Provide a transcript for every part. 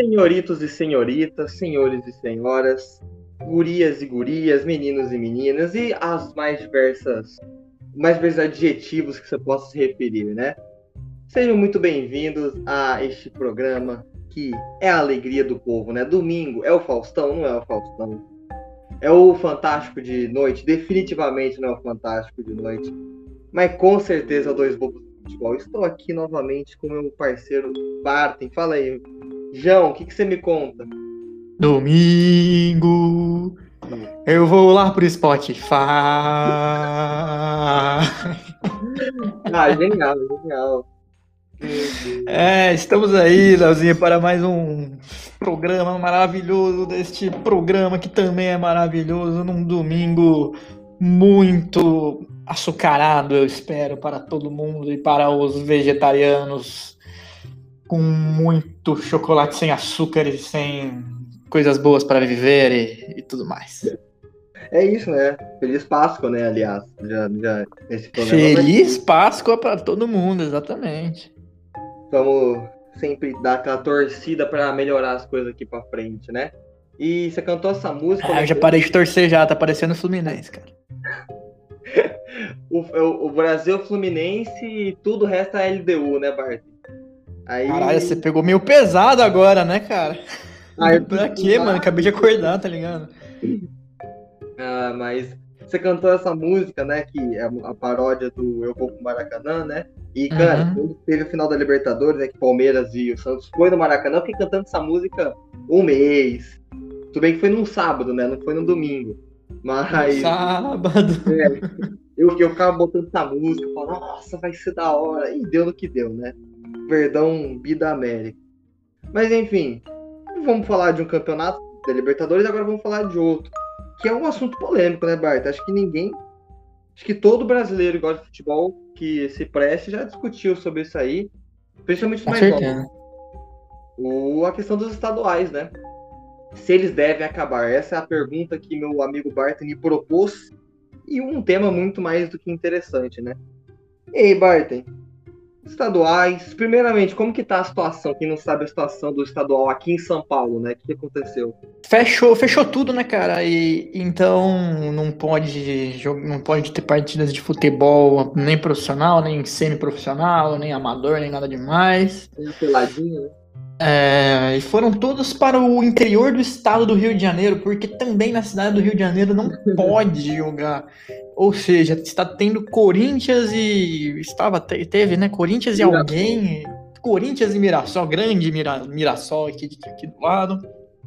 Senhoritos e senhoritas, senhores e senhoras, gurias e gurias, meninos e meninas e as mais diversos adjetivos que você possa se referir, né? Sejam muito bem-vindos a este programa que é a alegria do povo, né? Domingo é o Faustão, não é o Faustão. É o Fantástico de Noite, definitivamente não é o Fantástico de Noite, mas com certeza é o Dois Bobos do Futebol. Estou aqui novamente com meu parceiro Bartem. Fala aí, João, o que você me conta? Domingo, eu vou lá pro Spotify. Genial, genial. Estamos aí, Leozinho, para mais um programa maravilhoso deste programa que também é maravilhoso num domingo muito açucarado, eu espero, para todo mundo e para os vegetarianos, com muito chocolate sem açúcar e sem coisas boas para viver e tudo mais. É isso, né? Feliz Páscoa, né? Aliás, já esse programa. Feliz Páscoa para todo mundo, exatamente. Vamos sempre dar aquela torcida para melhorar as coisas aqui para frente, né? E você cantou essa música. Eu já parei de torcer já, tá parecendo o Fluminense, cara. o Brasil, Fluminense e tudo resta a LDU, né, Bart? Aí... Caralho, você pegou meio pesado agora, né, cara? Pra quê, mano? Acabei de acordar, tá ligado? Mas você cantou essa música, né? Que é a paródia do Eu Vou pro Maracanã, né? E, cara, quando teve o final da Libertadores, né? Que Palmeiras e o Santos foi no Maracanã, eu fiquei cantando essa música um mês. Tudo bem que foi num sábado, né? Não foi no domingo. Mas. Sábado. Eu ficava botando essa música, falando, nossa, vai ser da hora. E deu no que deu, né? Perdão, Bi da América. Mas, enfim, vamos falar de um campeonato da Libertadores, agora vamos falar de outro. Que é um assunto polêmico, né, Bart? Acho que todo brasileiro que gosta de futebol que se preste já discutiu sobre isso aí, principalmente os mais novos. A questão dos estaduais, né? Se eles devem acabar. Essa é a pergunta que meu amigo Bart me propôs e um tema muito mais do que interessante, né? E aí, Barton, estaduais, primeiramente, como que tá a situação? Quem não sabe a situação do estadual aqui em São Paulo, né? O que aconteceu? Fechou tudo, né, cara? E então não pode ter partidas de futebol nem profissional, nem semi-profissional, nem amador, nem nada demais. Uma peladinha, né? E foram todos para o interior do estado do Rio de Janeiro, porque também na cidade do Rio de Janeiro não pode jogar. Ou seja, está tendo Corinthians e... Teve, né? Corinthians e alguém... Corinthians e Mirassol, grande Mirassol aqui do lado.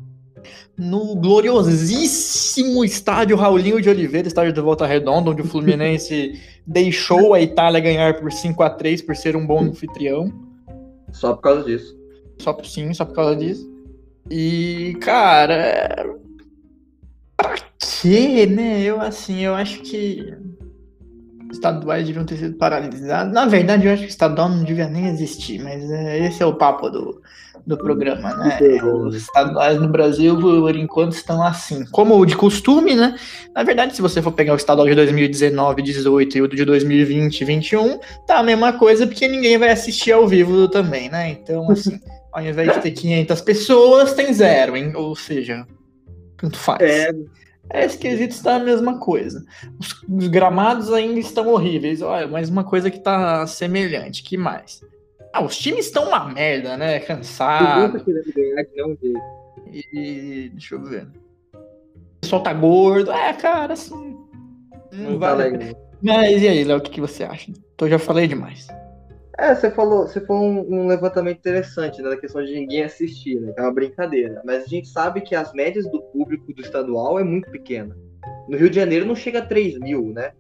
No gloriosíssimo estádio Raulinho de Oliveira, estádio de Volta Redonda, onde o Fluminense deixou a Itália ganhar por 5-3 por ser um bom anfitrião. Só por causa disso. Só por causa disso. E, cara, pra quê, né? Eu acho que estaduais deviam ter sido paralisados. Na verdade, eu acho que estadual não devia nem existir, mas esse é o papo do programa, né? Os estaduais no Brasil, por enquanto, estão assim. Como de costume, né? Na verdade, se você for pegar o estadual de 2019, 2018 e o de 2020, 2021, tá a mesma coisa, porque ninguém vai assistir ao vivo também, né? Então, assim, ao invés de ter 500 pessoas, tem 0, hein? Ou seja, tanto faz. Esse quesito está a mesma coisa. Os gramados ainda estão horríveis. Olha, mais uma coisa que está semelhante. Que mais? Os times estão uma merda, né? Cansado. Querendo ganhar de não jeito. E deixa eu ver. O pessoal tá gordo. Cara, assim. Não vale. Tá legal. Mas e aí, Léo, o que você acha? Eu já falei demais. Você falou um levantamento interessante, né, da questão de ninguém assistir, né, que é uma brincadeira. Mas a gente sabe que as médias do público do estadual é muito pequena. No Rio de Janeiro não chega a 3 mil, né?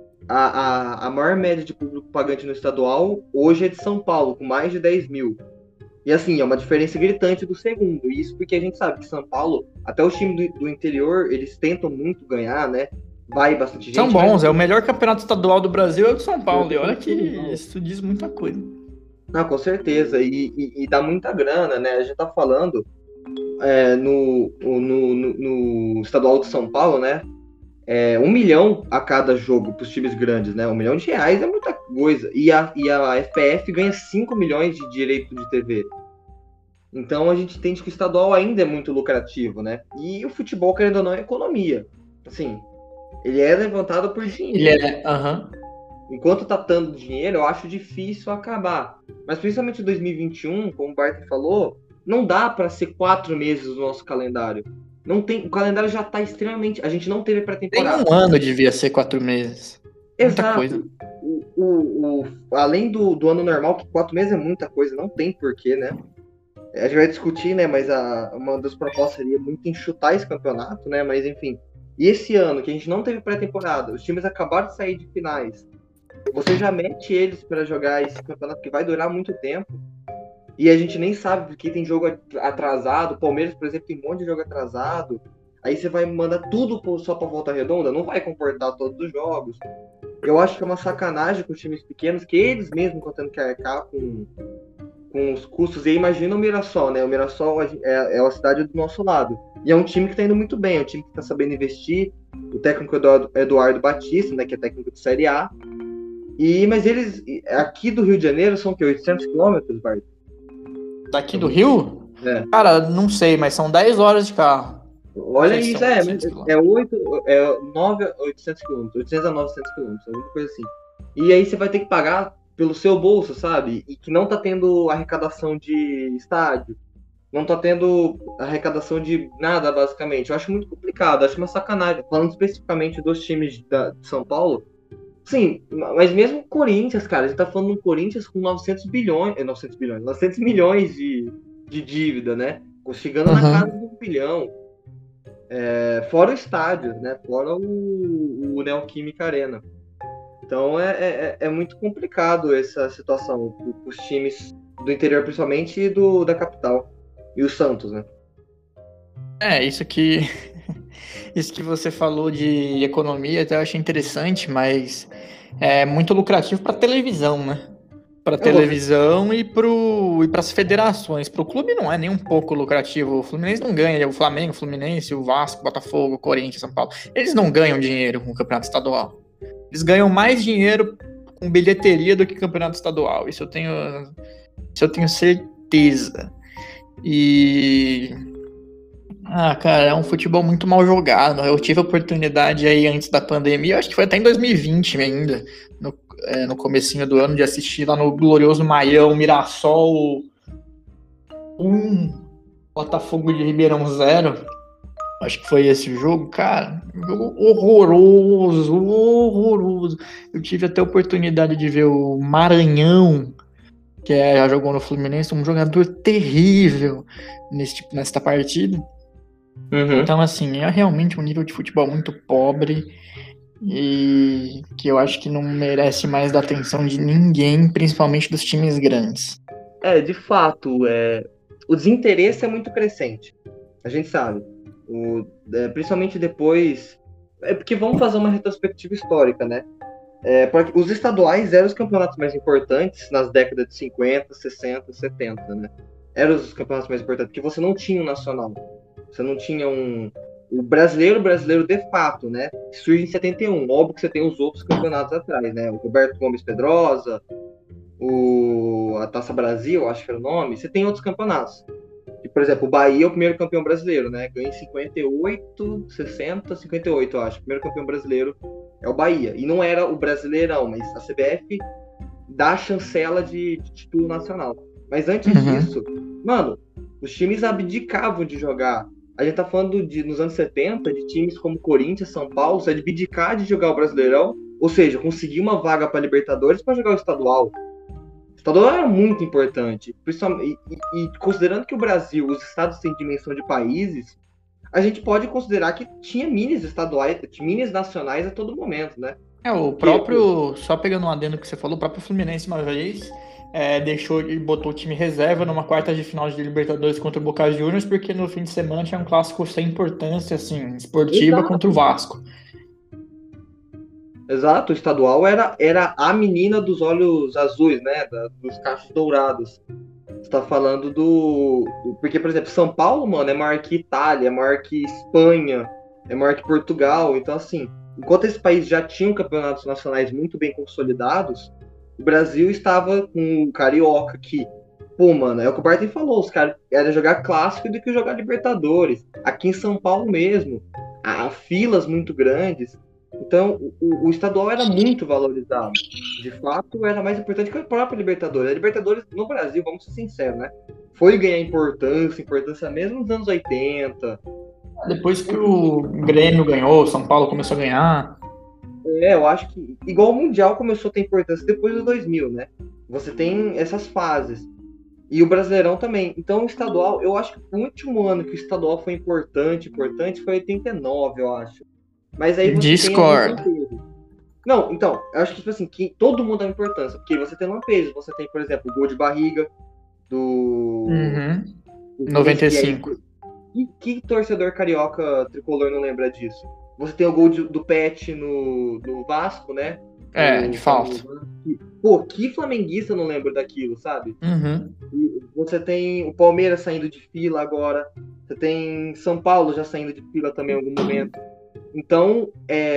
A maior média de público pagante no estadual hoje é de São Paulo, com mais de 10 mil. E assim, é uma diferença gritante do segundo. Isso porque a gente sabe que São Paulo, até os times do interior, eles tentam muito ganhar, né? Vai bastante gente. São bons, é o melhor campeonato estadual do Brasil é o de São Paulo. E olha que isso diz muita coisa. Não, com certeza. E dá muita grana, né? A gente tá falando no estadual de São Paulo, né? 1 milhão a cada jogo para os times grandes, né? R$1 milhão é muita coisa. E a FPF ganha 5 milhões de direito de TV. Então a gente entende que o estadual ainda é muito lucrativo, né? E o futebol, querendo ou não, é economia. Assim, ele é levantado por Ele dinheiro. é. Aham. Enquanto tá dando dinheiro, eu acho difícil acabar. Mas principalmente em 2021, como o Bart falou, não dá para ser 4 meses do nosso calendário. Não tem, o calendário já tá extremamente. A gente não teve Nem um pré-temporada. ano devia ser 4 meses. Muita coisa. Exato. Além do ano normal, que 4 meses é muita coisa, não tem porquê, né? A gente vai discutir, né? Mas uma das propostas seria muito enxutar esse campeonato, né? Mas enfim. E esse ano, que a gente não teve pré-temporada, os times acabaram de sair de finais. Você já mete eles para jogar esse campeonato que vai durar muito tempo. E a gente nem sabe porque tem jogo atrasado. O Palmeiras, por exemplo, tem um monte de jogo atrasado. Aí você vai mandar tudo só para volta redonda, não vai comportar todos os jogos. Eu acho que é uma sacanagem com os times pequenos, que eles mesmos estão tendo que arcar com os custos. E aí imagina o Mirassol, né? O Mirassol é a cidade do nosso lado. E é um time que está indo muito bem, é um time que está sabendo investir. O técnico Eduardo Batista, né, que é técnico de Série A. Mas eles, aqui do Rio de Janeiro, são o quê? 800 quilômetros, Bart? Daqui do Rio? É. Cara, não sei, mas são 10 horas de carro. Não Olha sei se isso, são 800 quilômetros. 9 a 800 quilômetros, 800 a 900 quilômetros, alguma coisa assim. E aí você vai ter que pagar pelo seu bolso, sabe? E que não tá tendo arrecadação de estádio, não tá tendo arrecadação de nada, basicamente. Eu acho muito complicado, acho uma sacanagem. Falando especificamente dos times de São Paulo, sim, mas mesmo o Corinthians, cara, a gente tá falando do Corinthians com 900 milhões de dívida, né? Chegando na casa Uhum. de 1 bilhão. Fora o estádio, né? Fora o Neoquímica Arena. Então é muito complicado essa situação. Os times do interior, principalmente, e da capital. E o Santos, né? Isso que. Isso que você falou de economia, até eu achei interessante, mas é muito lucrativo para televisão, né? Para Eu vou. televisão e para as federações. Para o clube não é nem um pouco lucrativo. O Fluminense não ganha. O Flamengo, o Fluminense, o Vasco, o Botafogo, o Corinthians, São Paulo. Eles não ganham dinheiro com o campeonato estadual. Eles ganham mais dinheiro com bilheteria do que campeonato estadual. Isso eu tenho certeza. E cara, é um futebol muito mal jogado. Eu tive a oportunidade aí antes da pandemia, acho que foi até em 2020 ainda, no comecinho do ano, de assistir lá no glorioso Maião, Mirassol 1, Botafogo de Ribeirão 0. Acho que foi esse jogo, cara. Um jogo horroroso, horroroso. Eu tive até a oportunidade de ver o Maranhão, que já jogou no Fluminense, um jogador terrível nesta partida. Uhum. Então, assim, é realmente um nível de futebol muito pobre e que eu acho que não merece mais da atenção de ninguém, principalmente dos times grandes. De fato, o desinteresse é muito crescente. A gente sabe. Principalmente depois. É porque vamos fazer uma retrospectiva histórica, né? Porque os estaduais eram os campeonatos mais importantes nas décadas de 50, 60, 70, né? Eram os campeonatos mais importantes, porque você não tinha um nacional. Você não tinha o brasileiro de fato, né? Surge em 71. Óbvio que você tem os outros campeonatos atrás, né? O Roberto Gomes Pedrosa, a Taça Brasil, acho que era o nome. Você tem outros campeonatos. E, por exemplo, o Bahia é o primeiro campeão brasileiro, né? Ganha em 58, 60, 58, eu acho. O primeiro campeão brasileiro é o Bahia. E não era o Brasileirão, mas a CBF dá a chancela de título nacional. Mas antes disso, mano, os times abdicavam de jogar. A gente tá falando nos anos 70 de times como Corinthians, São Paulo, se abdicar de jogar o Brasileirão, ou seja, conseguir uma vaga para Libertadores para jogar o estadual. O estadual era muito importante. E considerando que o Brasil, os estados têm dimensão de países, a gente pode considerar que tinha minis estaduais, minis nacionais a todo momento, né? O próprio, só pegando um adendo que você falou, o próprio Fluminense uma vez deixou e botou o time reserva numa quarta de final de Libertadores contra o Boca Juniors, porque no fim de semana tinha um clássico sem importância, assim, esportiva contra o Vasco. Exato, o estadual era a menina dos olhos azuis, né? Dos cachos dourados. Você tá falando porque, por exemplo, São Paulo, mano, é maior que Itália, é maior que Espanha, é maior que Portugal. Então, assim, enquanto esses países já tinham campeonatos nacionais muito bem consolidados, o Brasil estava com o Carioca, que Pô, mano, é o que o Barton falou, os caras era jogar clássico do que jogar Libertadores. Aqui em São Paulo mesmo, há filas muito grandes. Então, o estadual era muito valorizado. De fato, era mais importante que a própria Libertadores. A Libertadores, no Brasil, vamos ser sinceros, né? Foi ganhar importância mesmo nos anos 80. Depois que o Grêmio ganhou, o São Paulo começou a ganhar. Eu acho que, igual o Mundial começou a ter importância depois dos 2000, né? Você tem essas fases. E o Brasileirão também. Então, o estadual, eu acho que o último ano que o estadual foi importante foi 89, eu acho. Mas aí você tem alguns Discord. lampejos. Não, então, eu acho que, tipo assim, que todo mundo dá importância. Porque você tem lampejos. Você tem, por exemplo, o gol de barriga do, Uhum. do Corinthians, que aí 95. que torcedor carioca tricolor não lembra disso? Você tem o gol do Pet no Vasco, né? É, de falta. Pô, que flamenguista não lembra daquilo, sabe? Uhum. E você tem o Palmeiras saindo de fila agora. Você tem São Paulo já saindo de fila também em algum momento. Então,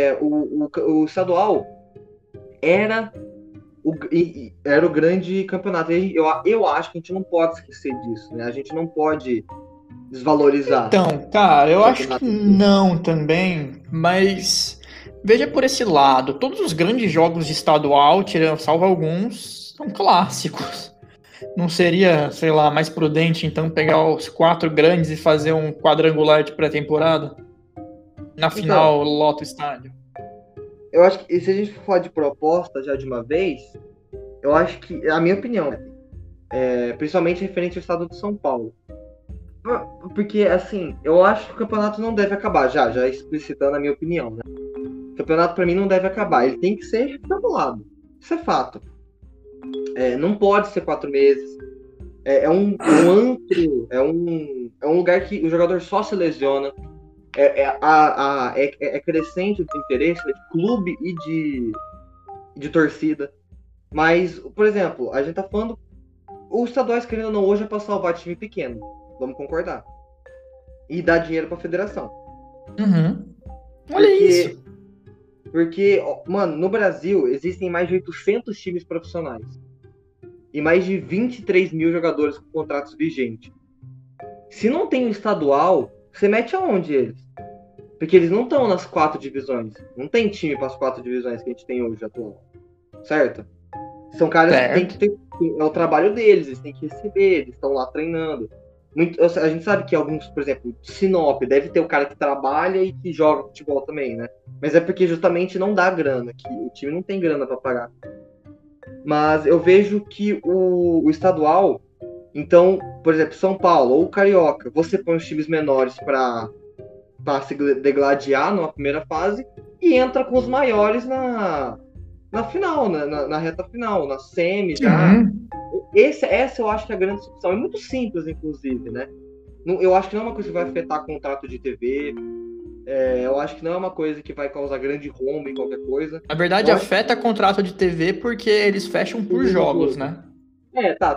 o estadual era era o grande campeonato. Eu acho que a gente não pode esquecer disso, né? A gente não pode desvalorizar Então, cara, o eu acho que campeonato. não também, mas veja por esse lado, todos os grandes jogos de estadual, tirando, salvo alguns, são clássicos. Não seria, sei lá, mais prudente então pegar os 4 grandes e fazer um quadrangular de pré-temporada? Na Então, final, lota o estádio. eu acho que se a gente for falar de proposta já de uma vez, eu acho que, a minha opinião, principalmente referente ao estado de São Paulo. Porque, assim, eu acho que o campeonato não deve acabar, já explicitando a minha opinião, né? O campeonato, pra mim, não deve acabar. Ele tem que ser reformulado. Isso é fato. Não pode ser 4 meses. É um antro, é um lugar que o jogador só se lesiona. É crescente o interesse de clube e de torcida. Mas, por exemplo, a gente tá falando. Os estaduais, querendo ou não, hoje é pra salvar time pequeno. Vamos concordar. E dar dinheiro pra federação. Uhum. Olha Porque, isso. mano, no Brasil existem mais de 800 times profissionais. E mais de 23 mil jogadores com contratos vigentes. Se não tem um estadual, você mete aonde eles? Porque eles não estão nas 4 divisões. Não tem time para as 4 divisões que a gente tem hoje atual. Certo? São caras que têm Certo. que ter. É o trabalho deles, eles têm que receber, eles estão lá treinando. A gente sabe que alguns, por exemplo, Sinop, deve ter o cara que trabalha e que joga futebol também, né? Mas é porque justamente não dá grana, que o time não tem grana para pagar. Mas eu vejo que o estadual, então, por exemplo, São Paulo ou Carioca, você põe os times menores para se degladiar numa primeira fase e entra com os maiores na final, na reta final, na semi já. Sim. Essa eu acho que é a grande discussão. É muito simples, inclusive, né? Eu acho que não é uma coisa que vai afetar contrato de TV. Eu acho que não é uma coisa que vai causar grande rombo em qualquer coisa. Na verdade, Eu acho afeta contrato de TV porque eles fecham que tem por menos jogos, jogo. né? Tá.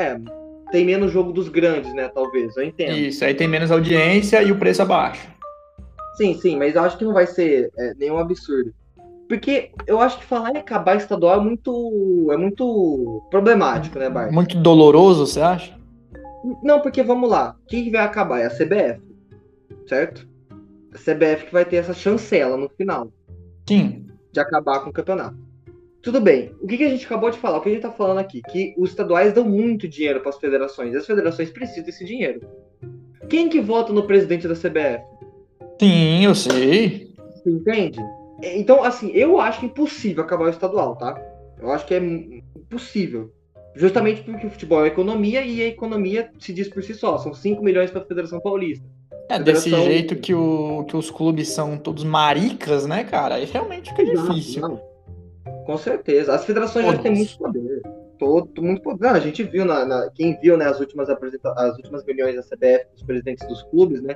Tem menos jogo dos grandes, né? Talvez, eu entendo. Isso, aí tem menos audiência e o preço abaixa. Sim, mas eu acho que não vai ser nenhum absurdo. Porque eu acho que falar em acabar estadual é muito problemático, né, Bart? Muito doloroso, você acha? Não, porque vamos lá. Quem vai acabar é a CBF, certo? A CBF que vai ter essa chancela no final Sim. de acabar com o campeonato. Tudo bem. O que a gente acabou de falar? O que a gente tá falando aqui? Que os estaduais dão muito dinheiro para as federações. E as federações precisam desse dinheiro. Quem que vota no presidente da CBF? Sim, eu sei. Você entende? Então, assim, eu acho impossível acabar o estadual, tá? Eu acho que é impossível. Justamente porque o futebol é economia e a economia se diz por si só. São 5 milhões para a Federação Paulista. Desse Federação... jeito que os clubes são todos maricas, né, cara? Aí realmente fica difícil. Não. Com certeza. As federações já têm muito poder. Muito poder. Não, a gente viu, quem viu, né, as últimas reuniões da CBF, dos presidentes dos clubes, né?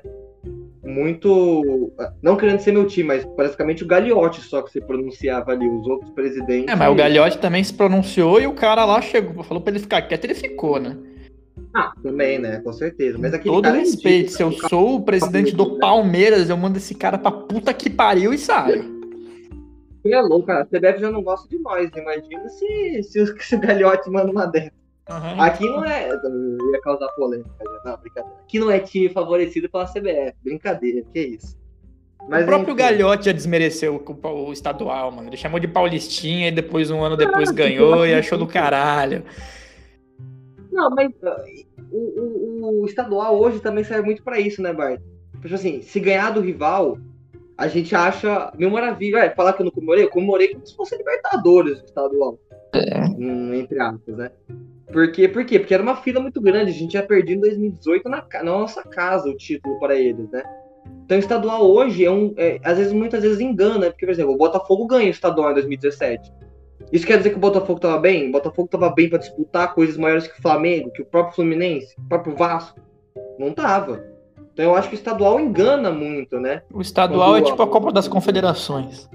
Muito. Não querendo ser meu time, mas basicamente o Gagliotti só que se pronunciava ali, os outros presidentes. Mas o Gagliotti também se pronunciou e o cara lá chegou, falou pra ele ficar quieto, ele ficou, né? Também, né? Com certeza. Mas aquele Todo cara respeito, se eu sou o presidente do Palmeiras, eu mando esse cara pra puta que pariu e saio. É louco, cara. A CBF já não gosta de nós. Imagina se o Gagliotti manda uma dessa. Aham, Aqui então. não é. Eu ia causar polêmica, já. Não, brincadeira. Aqui não é time favorecido pela CBF. Brincadeira, que isso. O Mas próprio enfim. Gagliotti já desmereceu o estadual, mano. Ele chamou de Paulistinha e depois, um ano depois, ganhou e achou do caralho. Não, mas o estadual hoje também serve muito pra isso, né, Bart? Tipo assim, se ganhar do rival, a gente acha mil maravilha. Falar que eu não comemorei? Eu comemorei como se fosse Libertadores o estadual. Entre aspas, né? Por quê? Porque era uma fila muito grande. A gente já perdido em 2018 na nossa casa o título para eles, né? Então o estadual hoje às vezes, muitas vezes engana, porque, por exemplo, o Botafogo ganha o estadual em 2017. Isso quer dizer que o Botafogo estava bem? O Botafogo estava bem para disputar coisas maiores que o Flamengo, que o próprio Fluminense, o próprio Vasco. Não tava. Então eu acho que o estadual engana muito, né? O estadual é Quando tipo a Copa das Confederações.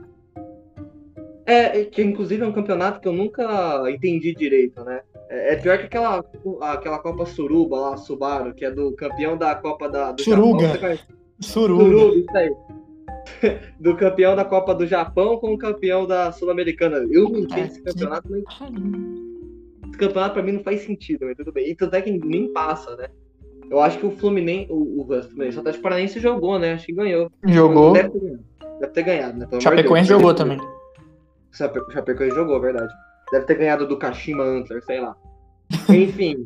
que inclusive é um campeonato que eu nunca entendi direito, né? É pior que aquela Copa Suruba lá, Subaru, que é do campeão da Copa do Japão. Suruga. Você conhece? Suruga. Suruba, isso aí. Do campeão da Copa do Japão com o campeão da Sul-Americana. Eu não entendo esse campeonato, mas esse campeonato pra mim não faz sentido, mas tudo bem. E tanto é que nem passa, né? Eu acho que o Fluminense, o Atlético Paranaense jogou, né? Acho que ganhou. Jogou. Deve ter ganhado, né? Pelo amor de Chapecoense Deus. jogou também. O Chapecoense jogou, verdade. Deve ter ganhado do Kashima Antlers, sei lá. Enfim,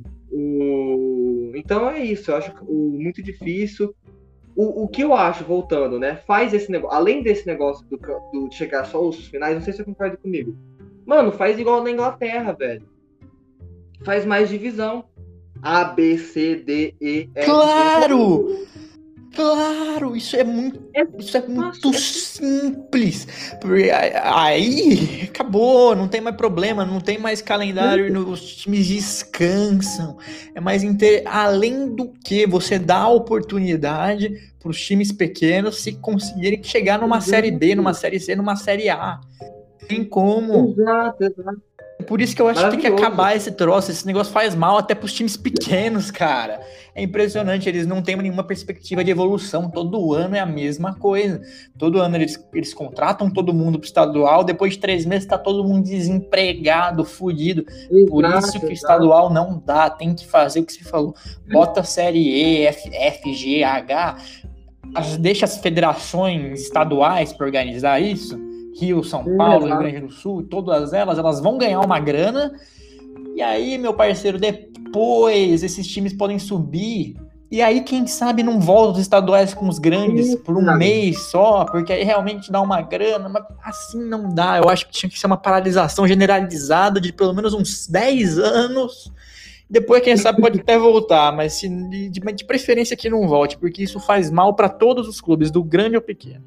então é isso. Eu acho muito difícil. O que eu acho, voltando, né? Faz esse negócio. Além desse negócio do chegar só os finais, não sei se você concorda comigo. Mano, faz igual na Inglaterra, velho. Faz mais divisão. A, B, C, D, E, F, G. Claro! Claro, isso é muito fácil. simples. Porque aí acabou, não tem mais problema, não tem mais calendário, os times descansam. É mais além do que você dá a oportunidade para os times pequenos se conseguirem chegar numa série B, numa série C, numa série A. Tem como. Exato. Por isso que eu acho que tem que acabar esse troço. Esse negócio faz mal até pros times pequenos, cara. É impressionante, eles não têm nenhuma perspectiva de evolução. Todo ano é a mesma coisa. Todo ano eles contratam todo mundo pro estadual. Depois de 3 meses tá todo mundo desempregado, fudido. Por isso que o estadual não dá. Tem que fazer o que você falou. Bota a série E, F, G, H. Deixa as federações estaduais para organizar isso. Rio, São Paulo, Rio Grande do Sul, todas elas vão ganhar uma grana. E aí, meu parceiro, depois esses times podem subir. E aí, quem sabe, não volta os estaduais com os grandes por um mês só, porque aí realmente dá uma grana. Mas assim não dá. Eu acho que tinha que ser uma paralisação generalizada de pelo menos uns 10 anos. Depois, quem sabe, pode até voltar, mas de preferência que não volte, porque isso faz mal para todos os clubes, do grande ao pequeno.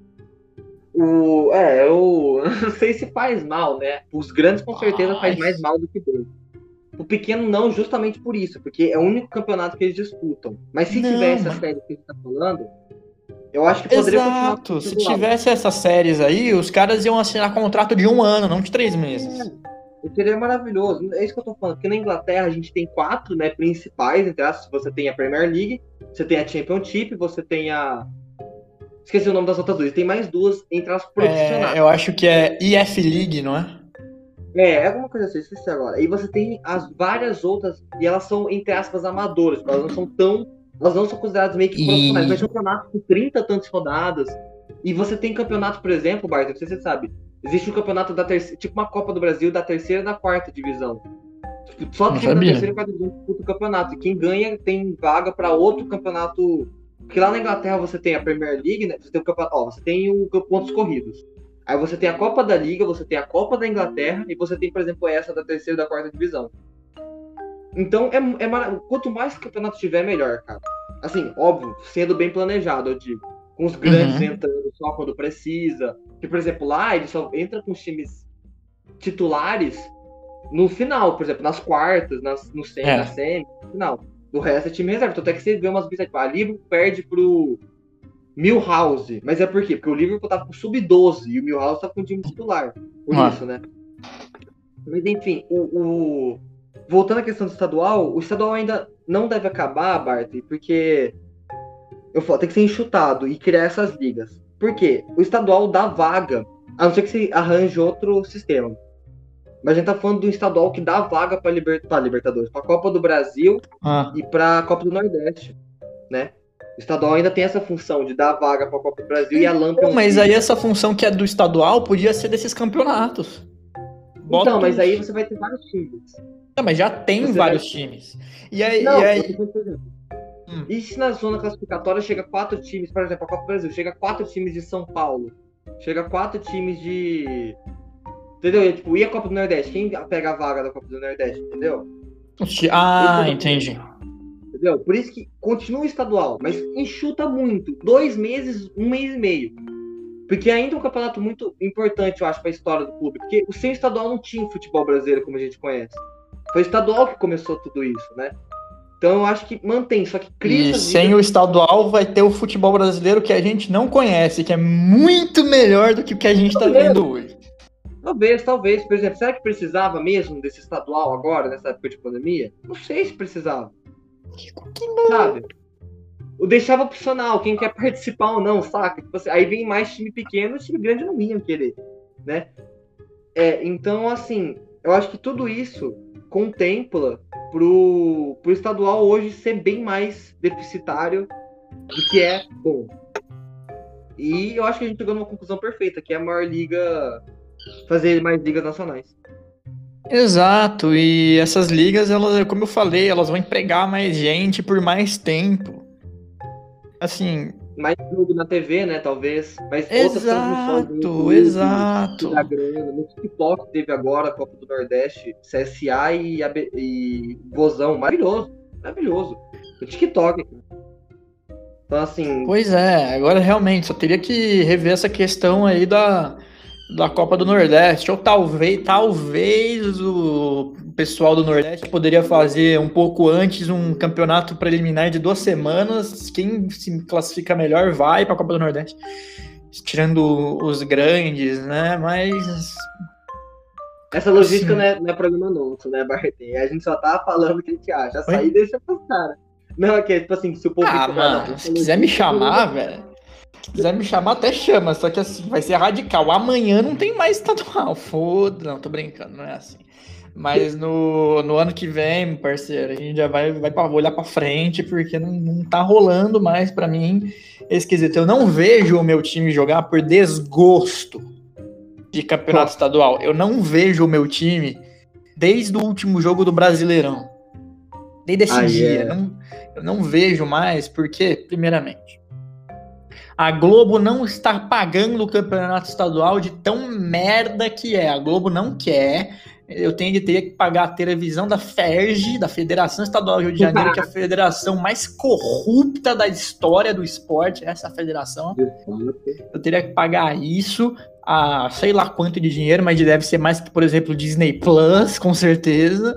Eu não sei se faz mal, né? Os grandes com certeza faz mais mal do que bem. O pequeno não, justamente por isso, porque é o único campeonato que eles disputam. Mas se tivesse a série que a gente tá falando, eu acho que poderia continuar. Exato, se tivesse essas séries aí, os caras iam assinar contrato de 1 ano, não de 3 meses. Seria maravilhoso. É isso que eu tô falando, porque na Inglaterra a gente tem 4, né, principais, entre aspas. Você tem a Premier League, você tem a Championship, você tem a... Esqueci o nome das outras 2. Tem mais 2 entre as profissionais. Eu acho que é EF League, não é? É alguma coisa assim, esqueci agora. E você tem as várias outras, e elas são, entre aspas, amadoras, porque elas não são consideradas meio que profissionais, mas são campeonatos com 30 tantas rodadas. E você tem campeonato, por exemplo, Bart, não sei se você sabe, existe um campeonato da terceira, tipo uma Copa do Brasil da terceira e da quarta divisão. Só time da terceira e quarta divisão disputa o campeonato. E quem ganha tem vaga para outro campeonato. Porque lá na Inglaterra você tem a Premier League, né? Você tem o campeonato, você tem o pontos corridos. Aí você tem a Copa da Liga, você tem a Copa da Inglaterra e você tem, por exemplo, essa da terceira e da quarta divisão. Então, quanto mais campeonato tiver, melhor, cara. Assim, óbvio, sendo bem planejado, eu digo. Com os grandes entrando só quando precisa. Que, por exemplo, lá ele só entra com os times titulares no final, por exemplo, nas quartas, na semi, no final. O resto é time reserva. Então, até que você vê umas vistas, tipo, a Liverpool perde pro Milhouse. Mas é por quê? Porque o Liverpool tava com sub-12 e o Milhouse tava com o time titular. Por isso, né? Mas, enfim, voltando à questão do estadual, o estadual ainda não deve acabar, Bart, porque tem que ser enxutado e criar essas ligas. Por quê? O estadual dá vaga, a não ser que você arranje outro sistema. Mas a gente tá falando do estadual que dá vaga pra Libertadores, pra Copa do Brasil e pra Copa do Nordeste, né? O estadual ainda tem essa função de dar vaga pra Copa do Brasil e a Lampions Mas League. aí essa função que é do estadual podia ser desses campeonatos. Então, mas aí você vai ter vários times. Não, mas já tem Você vários times. E aí, Não, e aí... eu tô falando, por exemplo. E se na zona classificatória chega 4 times, por exemplo, a Copa do Brasil, chega 4 times de São Paulo, chega 4 times de... Entendeu? E a Copa do Nordeste? Quem pega a vaga da Copa do Nordeste, entendeu? Entendi. Entendeu? Por isso que continua estadual, mas enxuta muito. 2 meses, 1 mês e meio. Porque ainda é um campeonato muito importante, eu acho, para a história do clube. Porque o sem estadual não tinha futebol brasileiro como a gente conhece. Foi o estadual que começou tudo isso, né? Então eu acho que mantém, só que cria. E sem o estadual vai ter o futebol brasileiro que a gente não conhece, que é muito melhor do que o que a gente está vendo hoje. Talvez. Por exemplo, será que precisava mesmo desse estadual agora, nessa época de pandemia? Não sei se precisava. Sabe? O deixava opcional, quem quer participar ou não, saca? Tipo assim, aí vem mais time pequeno, time grande não iam querer, né? Então, assim, eu acho que tudo isso contempla pro estadual hoje ser bem mais deficitário do que é bom. E eu acho que a gente chegou numa conclusão perfeita, que é a maior liga, fazer mais ligas nacionais. Exato, e essas ligas, elas, como eu falei, elas vão empregar mais gente por mais tempo. Assim... Mais jogo na TV, né, talvez. Mas outras transmissões no YouTube, Exato. da grana. No TikTok teve agora a Copa do Nordeste, CSA e Vozão. Maravilhoso. No TikTok. Então, assim... Pois é, agora realmente só teria que rever essa questão aí da Copa do Nordeste. Ou talvez o pessoal do Nordeste poderia fazer um pouco antes um campeonato preliminar de 2 semanas. Quem se classifica melhor vai para a Copa do Nordeste. Tirando os grandes, né? Mas... Essa logística não é problema nosso, né, Bartem? A gente só tá falando o que a gente acha. A saída deixa pros caras. Não, é que, tipo assim, se o povo... mano, se quiser me chamar, velho... Se quiser me chamar, até chama, só que assim, vai ser radical. Amanhã não tem mais estadual, foda. Não, tô brincando, não é assim. Mas no ano que vem, parceiro, a gente já vai olhar pra frente, porque não tá rolando mais pra mim esse quesito. Eu não vejo o meu time jogar por desgosto de campeonato estadual. Eu não vejo o meu time desde o último jogo do Brasileirão. Desde esse dia. Eu não vejo mais, porque, primeiramente, a Globo não está pagando o campeonato estadual de tão merda que é. A Globo não quer. Eu teria que pagar a televisão da FERJ, da Federação Estadual do Rio de Janeiro, que é a federação mais corrupta da história do esporte. Essa federação. Eu teria que pagar isso a sei lá quanto de dinheiro, mas deve ser mais que, por exemplo, Disney Plus, com certeza.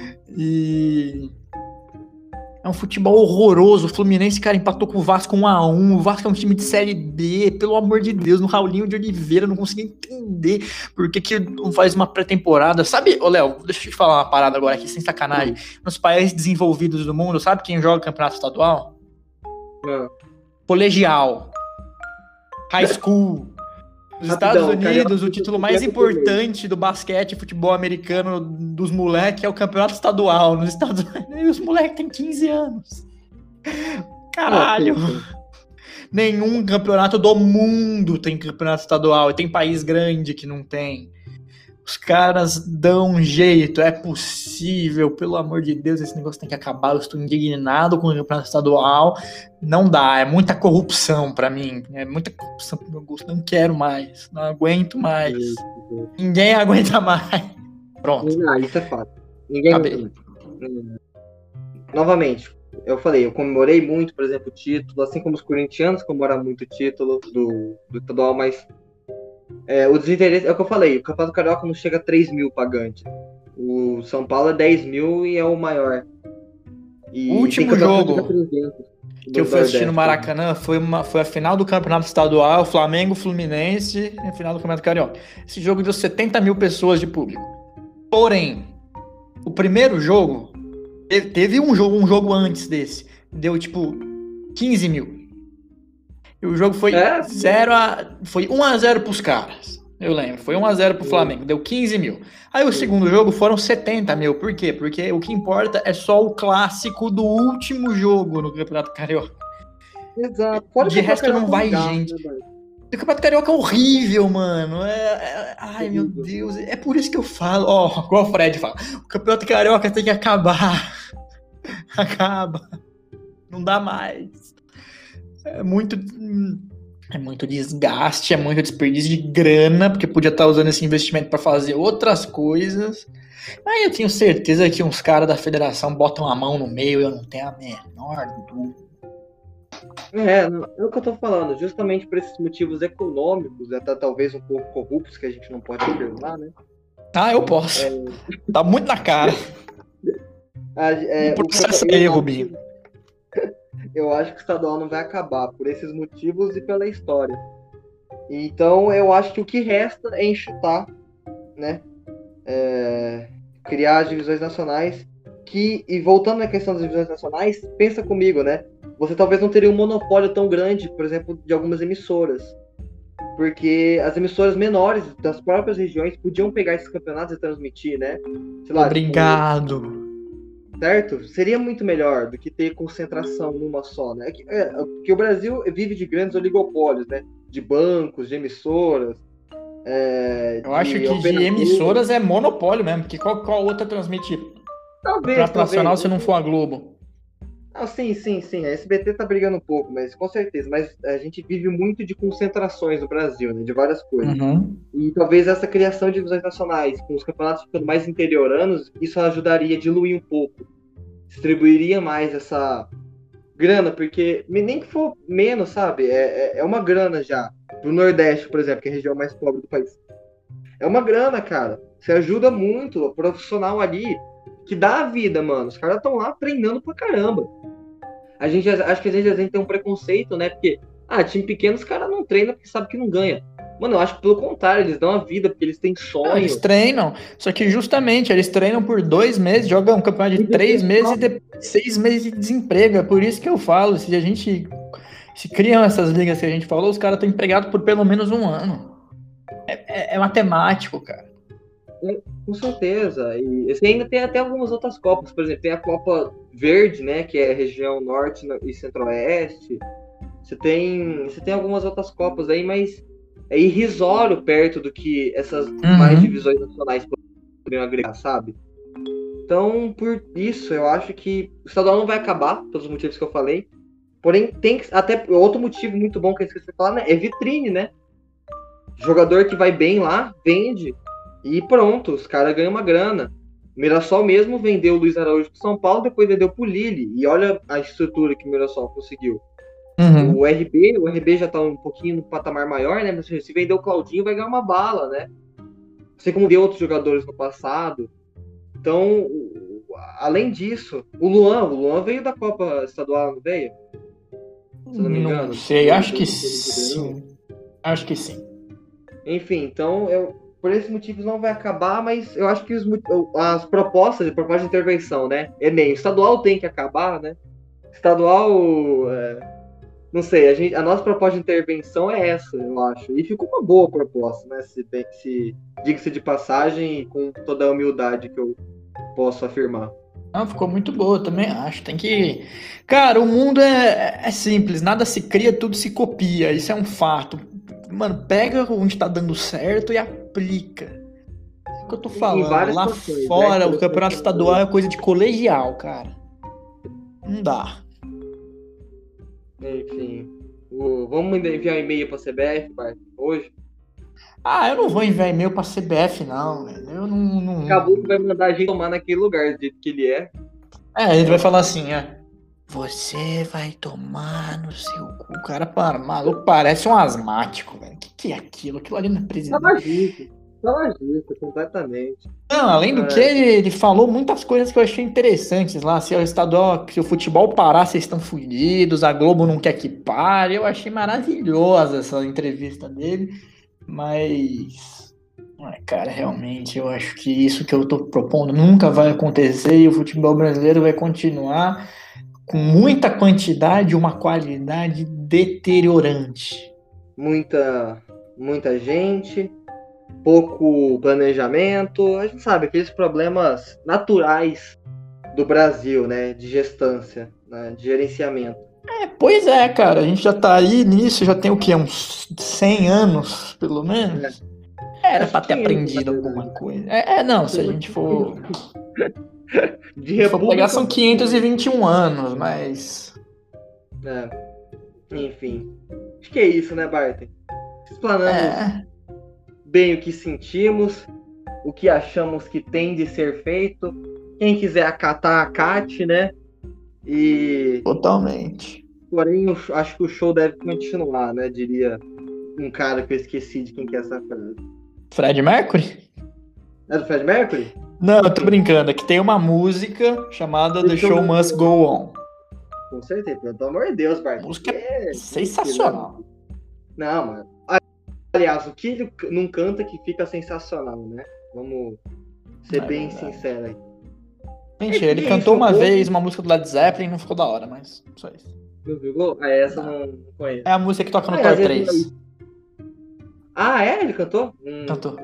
E... é um futebol horroroso. O Fluminense, cara, empatou com o Vasco 1-1. O Vasco é um time de Série B. Pelo amor de Deus, no Raulinho de Oliveira. Não consegui entender por que não faz uma pré-temporada. Sabe, ô Léo, deixa eu te falar uma parada agora aqui, sem sacanagem. Nos países desenvolvidos do mundo, sabe quem joga campeonato estadual? Colegial. High school. Nos Estados Unidos, o título mais importante do basquete e futebol americano dos moleques é o campeonato estadual. Nos Estados Unidos, e os moleques têm 15 anos. Caralho. Nenhum campeonato do mundo tem campeonato estadual. E tem país grande que não tem. Os caras dão um jeito. É possível. Pelo amor de Deus, esse negócio tem que acabar. Eu estou indignado com o campeonato estadual. Não dá. É muita corrupção pra mim. É muita corrupção pro meu gosto. Não quero mais. Não aguento mais. Ninguém aguenta mais. Pronto. Não, isso é fato. Ninguém aguenta mais. Novamente, eu falei, eu comemorei muito, por exemplo, o título, assim como os corintianos comemoram muito o título do estadual, mas o desinteresse, é o que eu falei, o Campeonato Carioca não chega a 3 mil pagantes. O São Paulo é 10 mil e é o maior. E o último jogo que eu fui assistir no Maracanã foi a final do Campeonato Estadual, Flamengo, Fluminense, e a final do Campeonato Carioca. Esse jogo deu 70 mil pessoas de público. Porém, o primeiro jogo, teve um jogo antes desse, deu tipo 15 mil. E o jogo foi foi 1-0 pros caras. Eu lembro. Foi 1-0 pro Flamengo, deu 15 mil. Aí o segundo jogo foram 70 mil. Por quê? Porque o que importa é só o clássico do último jogo no Campeonato Carioca. Exato. Fora que De o Campeonato resto não Carioca é um vai gasto, gente. né, mano? O Campeonato Carioca é horrível, mano. Ai, meu Horrível. Deus. É por isso que eu falo, ó, igual o Fred fala. O Campeonato Carioca tem que acabar. Acaba. Não dá mais. É muito. É muito desgaste, é muito desperdício de grana, porque podia estar usando esse investimento para fazer outras coisas. Aí eu tenho certeza que uns caras da federação botam a mão no meio e eu não tenho a menor dúvida. É o que eu tô falando, justamente por esses motivos econômicos, até talvez um pouco corruptos, que a gente não pode afirmar, né? Ah, eu posso. Tá muito na cara. O Processa aí, Rubinho. Eu acho que o estadual não vai acabar por esses motivos e pela história. Então eu acho que o que resta é enxutar, né? Criar as divisões nacionais e voltando na questão das divisões nacionais, pensa comigo, né? Você talvez não teria um monopólio tão grande, por exemplo, de algumas emissoras. Porque as emissoras menores das próprias regiões podiam pegar esses campeonatos e transmitir, né? Sei lá, Obrigado. Certo? Seria muito melhor do que ter concentração numa só, né? Porque o Brasil vive de grandes oligopólios, né? De bancos, de emissoras. Eu acho que de emissoras é monopólio mesmo, porque qual outra transmite Talvez. nacional se não for a Globo? Ah, sim. A SBT tá brigando um pouco, mas com certeza. Mas a gente vive muito de concentrações no Brasil, né? De várias coisas. Uhum. E talvez essa criação de divisões nacionais, com os campeonatos ficando mais interioranos, isso ajudaria a diluir um pouco. Distribuiria mais essa grana, porque nem que for menos, sabe? É uma grana já. Pro Nordeste, por exemplo, que é a região mais pobre do país. É uma grana, cara. Você ajuda muito o profissional ali, que dá a vida, mano. Os caras estão lá treinando pra caramba. Acho que a gente tem um preconceito, né? Porque, time pequeno, os caras não treinam porque sabe que não ganha. Mano, eu acho que pelo contrário, eles dão a vida porque eles têm sonho. Eles treinam, só que justamente eles treinam por 2 meses, jogam um campeonato de 3 meses e depois 6 meses de desemprego. É por isso que eu falo, se criam essas ligas que a gente falou, os caras estão empregados por pelo menos 1 ano. É matemático, cara. Com certeza. E você ainda tem até algumas outras copas, por exemplo, tem a Copa Verde, né, que é a região norte e centro-oeste. Você tem algumas outras copas aí, mas é irrisório perto do que essas mais divisões nacionais poderiam agregar, sabe? Então, por isso, eu acho que o estadual não vai acabar, pelos motivos que eu falei. Porém, tem que, até outro motivo muito bom que eu esqueci de falar, né? É vitrine, né? Jogador que vai bem lá, vende. E pronto, os caras ganham uma grana. O Mirassol mesmo vendeu o Luiz Araújo pro São Paulo, depois vendeu pro Lille. E olha a estrutura que o Mirassol conseguiu. O RB já tá um pouquinho no patamar maior, né? Mas se vender o Claudinho, vai ganhar uma bala, né? Assim como deu outros jogadores no passado. Então, além disso, o Luan veio da Copa Estadual, não veio? Se eu não me engano. Não sei, acho que sim. Acho que sim. Enfim, então, por esses motivos não vai acabar, mas eu acho que as propostas de intervenção, né? Enem, o estadual tem que acabar, né? Estadual, não sei, a nossa proposta de intervenção é essa, eu acho. E ficou uma boa proposta, né? Se diga-se de passagem e com toda a humildade que eu posso afirmar. Não, ficou muito boa, também acho. Tem que. Cara, o mundo é simples, nada se cria, tudo se copia. Isso é um fato. Mano, pega onde tá dando certo e aplica. É o que eu tô falando. Lá fora, o campeonato estadual é coisa de colegial, cara. Não dá. Enfim. Vamos enviar um e-mail pra CBF, Bart, hoje? Eu não vou enviar e-mail pra CBF, não, velho. Eu não. Acabou que vai mandar a gente tomar naquele lugar, do jeito que ele é. A gente vai falar assim, você vai tomar no seu cu. O cara, maluco, parece um asmático, velho. O que é aquilo? Aquilo ali não é presidente. Salagista, completamente. Não, além do que, ele falou muitas coisas que eu achei interessantes lá. Se o estadual, se o futebol parar, vocês estão fudidos, a Globo não quer que pare. Eu achei maravilhosa essa entrevista dele. Mas, cara, realmente eu acho que isso que eu tô propondo nunca vai acontecer e o futebol brasileiro vai continuar com muita quantidade e uma qualidade deteriorante. Muita gente, pouco planejamento, a gente sabe, aqueles problemas naturais do Brasil, né, de gestância, né, de gerenciamento. Pois é, cara, a gente já tá aí nisso, já tem o quê? Uns 100 anos, pelo menos? Era Acho pra ter que 500, na aprendido alguma verdade. coisa. Não, se a gente for, De se for pegar, república, são 521 anos, mas... né, enfim. Acho que é isso, né, Barton? Explanamos É, bem o que sentimos, o que achamos que tem de ser feito. Quem quiser acatar, acate, né? E, totalmente. porém, acho que o show deve continuar, né? Diria um cara que eu esqueci de quem que é essa frase. Fred Mercury? É do Fred Mercury? Não, eu tô Enfim, brincando, é que tem uma música chamada The deixa Show eu... Must Go On. Com certeza, pelo amor de Deus, A Bart. música é sensacional. Não, mano. Aliás, o que ele não canta que fica sensacional, né? Vamos ser É bem verdade. sinceros aí. Gente, E ele é isso, cantou um uma pouco. vez uma música do Led Zeppelin e não ficou da hora, mas só isso. Não pegou? Ah, essa eu Não. não conheço. É a música que toca no Ah, e Thor às vezes não é 3. isso. Ah, é? Ele cantou? Cantou.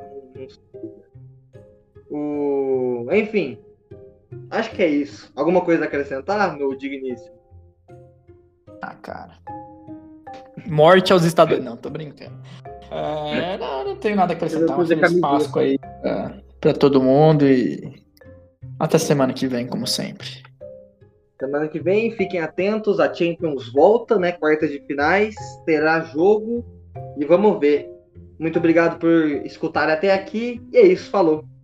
Enfim, acho que é isso. Alguma coisa a acrescentar, meu digníssimo? Ah, cara. Morte aos Estados Unidos. Não, tô brincando. Não tenho nada a acrescentar. Um feliz Páscoa aí pra todo mundo e até semana que vem, como sempre. Semana que vem, fiquem atentos. A Champions volta, né? Quartas de finais. Terá jogo. E vamos ver. Muito obrigado por escutar até aqui. E é isso, falou.